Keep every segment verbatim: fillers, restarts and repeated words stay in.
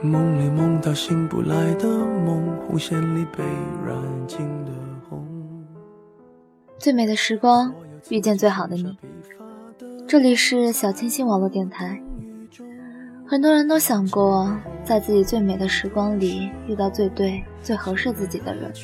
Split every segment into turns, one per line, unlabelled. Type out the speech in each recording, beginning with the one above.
梦里梦到醒不来的梦，红线里被染尽的红。
最美的时光，遇见最好的你。这里是小清新网络电台。很多人都想过在自己最美的时光里遇到最对最合适自己的人，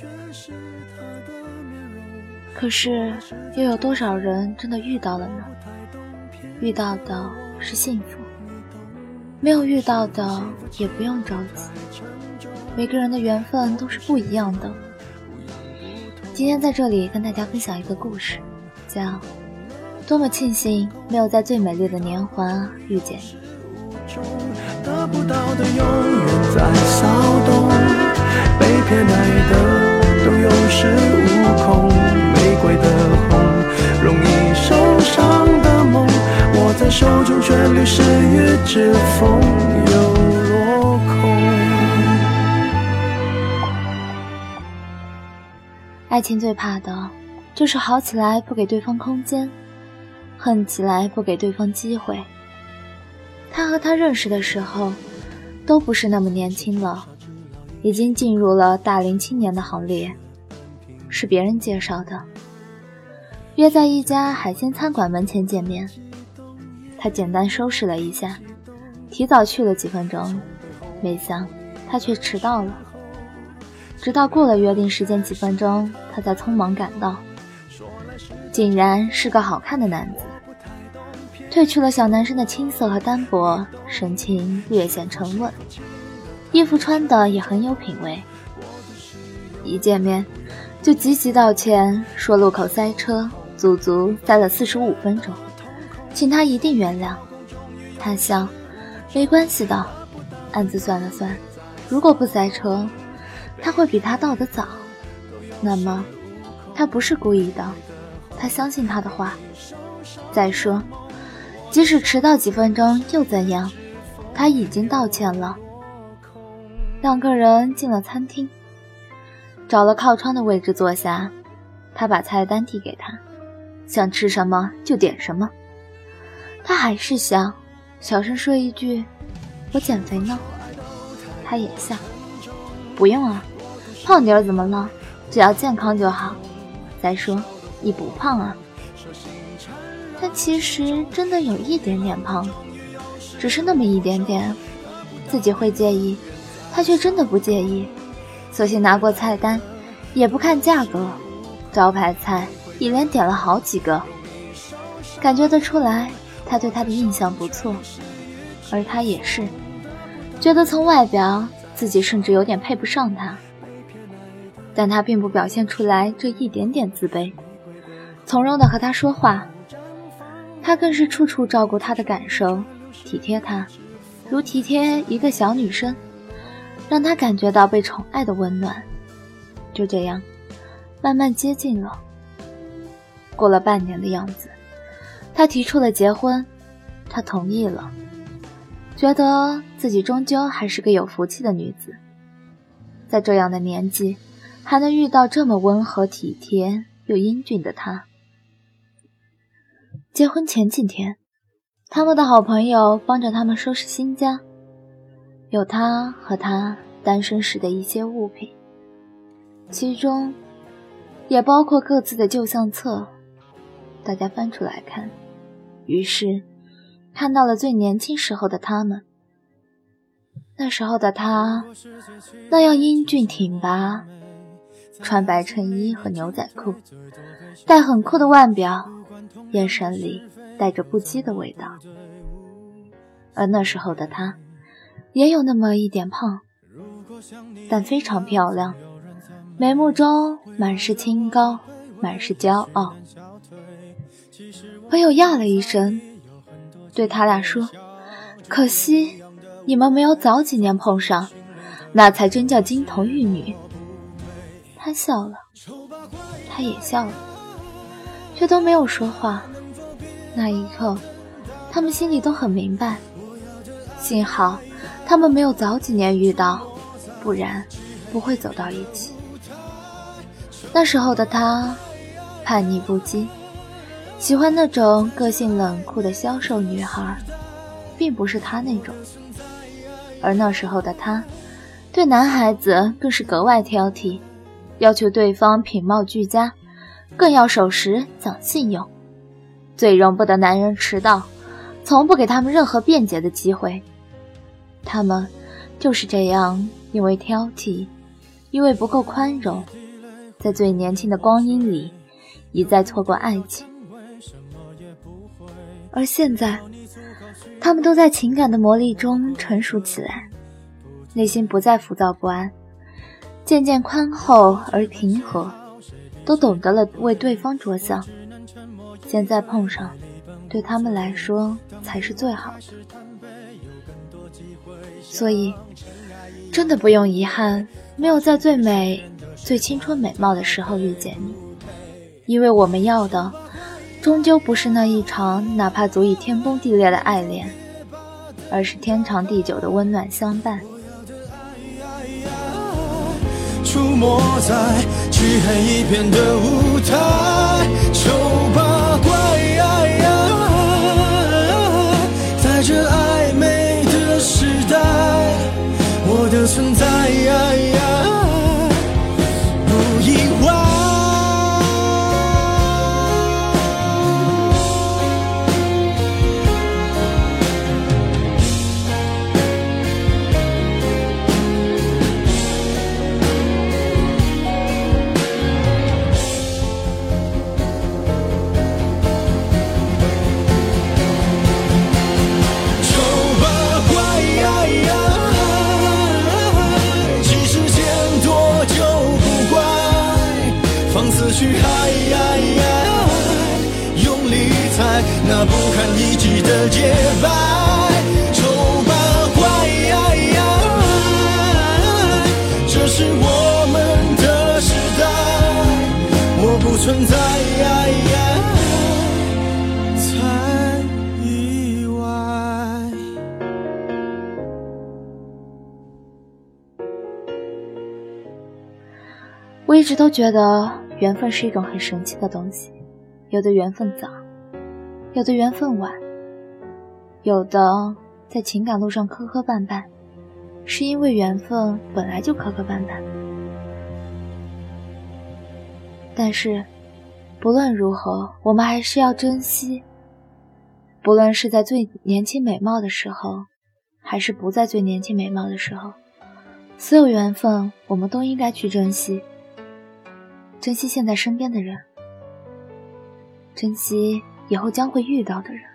可是又有多少人真的遇到了呢？遇到的是幸福，没有遇到的也不用着急，每个人的缘分都是不一样的。今天在这里跟大家分享一个故事，叫多么庆幸没有在最美丽的年华遇见你。
得不到的永远在骚动，被偏爱的都有恃无恐，玫瑰的红，容易受伤的梦，握在手中却流失于指缝，又落空。
爱情最怕的就是好起来不给对方空间，恨起来不给对方机会。他和他认识的时候都不是那么年轻了，已经进入了大龄青年的行列，是别人介绍的，约在一家海鲜餐馆门前见面。他简单收拾了一下，提早去了几分钟，没想他却迟到了。直到过了约定时间几分钟，他才匆忙赶到，竟然是个好看的男子，褪去了小男生的青涩和单薄，神情略显沉稳，衣服穿的也很有品味。一见面就急急道歉，说路口塞车，足足塞了四十五分钟，请他一定原谅。他笑，没关系的，暗自算了算，如果不塞车，他会比他到得早，那么他不是故意的，他相信他的话。再说即使迟到几分钟又怎样，他已经道歉了。两个人进了餐厅，找了靠窗的位置坐下，他把菜单递给他，想吃什么就点什么。他还是笑，小声说一句，我减肥呢。他也笑，不用啊，胖点怎么了，只要健康就好，再说你不胖啊。他其实真的有一点点胖，只是那么一点点，自己会介意，他却真的不介意，索性拿过菜单，也不看价格，招牌菜一连点了好几个，感觉得出来他对他的印象不错，而他也是觉得从外表自己甚至有点配不上他，但他并不表现出来这一点点自卑，从容地和他说话。他更是处处照顾他的感受，体贴他，如体贴一个小女生，让他感觉到被宠爱的温暖。就这样慢慢接近了。过了半年的样子，他提出了结婚，他同意了，觉得自己终究还是个有福气的女子，在这样的年纪还能遇到这么温和体贴又英俊的他。结婚前几天，他们的好朋友帮着他们收拾新家，有他和他单身时的一些物品，其中也包括各自的旧相册。大家翻出来看，于是看到了最年轻时候的他们。那时候的他那样英俊挺拔，穿白衬衣和牛仔裤，戴很酷的腕表，眼神里带着不羁的味道。而那时候的她也有那么一点胖，但非常漂亮，眉目中满是清高，满是骄傲。朋友呀了一声，对他俩说，可惜你们没有早几年碰上，那才真叫金童玉女。他笑了，他也笑了，却都没有说话。那一刻他们心里都很明白，幸好他们没有早几年遇到，不然不会走到一起。那时候的他叛逆不羁，喜欢那种个性冷酷的消瘦女孩，并不是他那种。 而那时候的他对男孩子更是格外挑剔，要求对方品貌俱佳，更要守时讲信用，最容不得男人迟到，从不给他们任何辩解的机会。他们就是这样，因为挑剔，因为不够宽容，在最年轻的光阴里一再错过爱情。而现在他们都在情感的磨砺中成熟起来，内心不再浮躁不安，渐渐宽厚而平和，都懂得了为对方着想。现在碰上，对他们来说才是最好的。所以真的不用遗憾，没有在最美最青春美貌的时候遇见你，因为我们要的终究不是那一场哪怕足以天崩地裂的爱恋，而是天长地久的温暖相伴。
出没在漆黑一片的舞台，丑八怪，在这暧昧的时代，我的存在不意外。去爱，用力踩那不堪一击的洁白，丑八怪，这是我们的时代，我不存在，才意外。
我一直都觉得缘分是一种很神奇的东西，有的缘分早，有的缘分晚，有的在情感路上磕磕绊绊，是因为缘分本来就磕磕绊绊。但是不论如何，我们还是要珍惜，不论是在最年轻美貌的时候，还是不在最年轻美貌的时候，所有缘分我们都应该去珍惜。珍惜现在身边的人，珍惜以后将会遇到的人。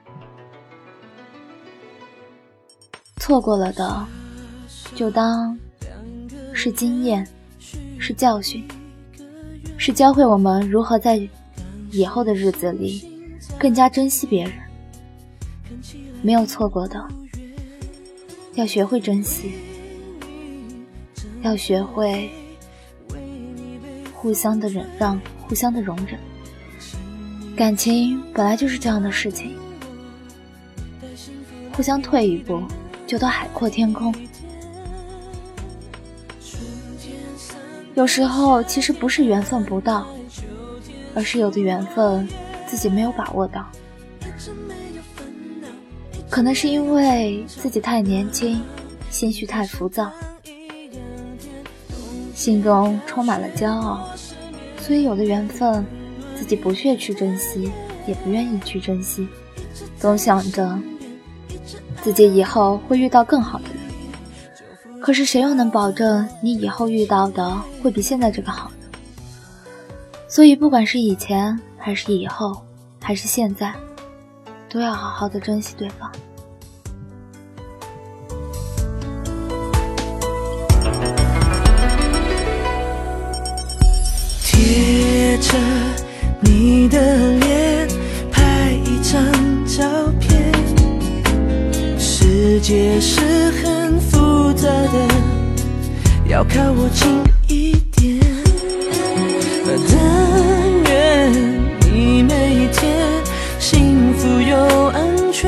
错过了的，就当是经验，是教训，是教会我们如何在以后的日子里更加珍惜别人。没有错过的，要学会珍惜，要学会互相的忍让，互相的容忍。感情本来就是这样的事情，互相退一步就都海阔天空。有时候其实不是缘分不到，而是有的缘分自己没有把握到。可能是因为自己太年轻，心绪太浮躁，心中充满了骄傲，所以有的缘分自己不屑去珍惜，也不愿意去珍惜，总想着自己以后会遇到更好的人。可是谁又能保证你以后遇到的会比现在这个好呢？所以不管是以前还是以后还是现在，都要好好的珍惜对方。
贴着你的脸拍一张照片，世界是很复杂的，要靠我近一点。但愿你每一天幸福又安全，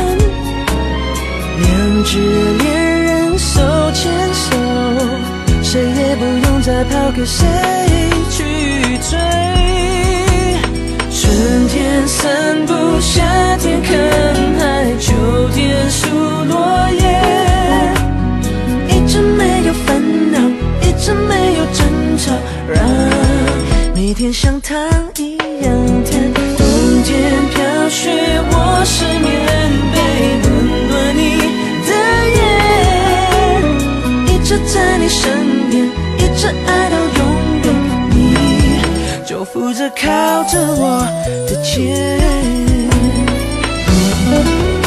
两只恋人手牵手，谁也不用再跑给谁去追。春天散步，夏天看海，秋天数落叶， 直在你身边，一直爱到永远，你就负责靠着我的肩。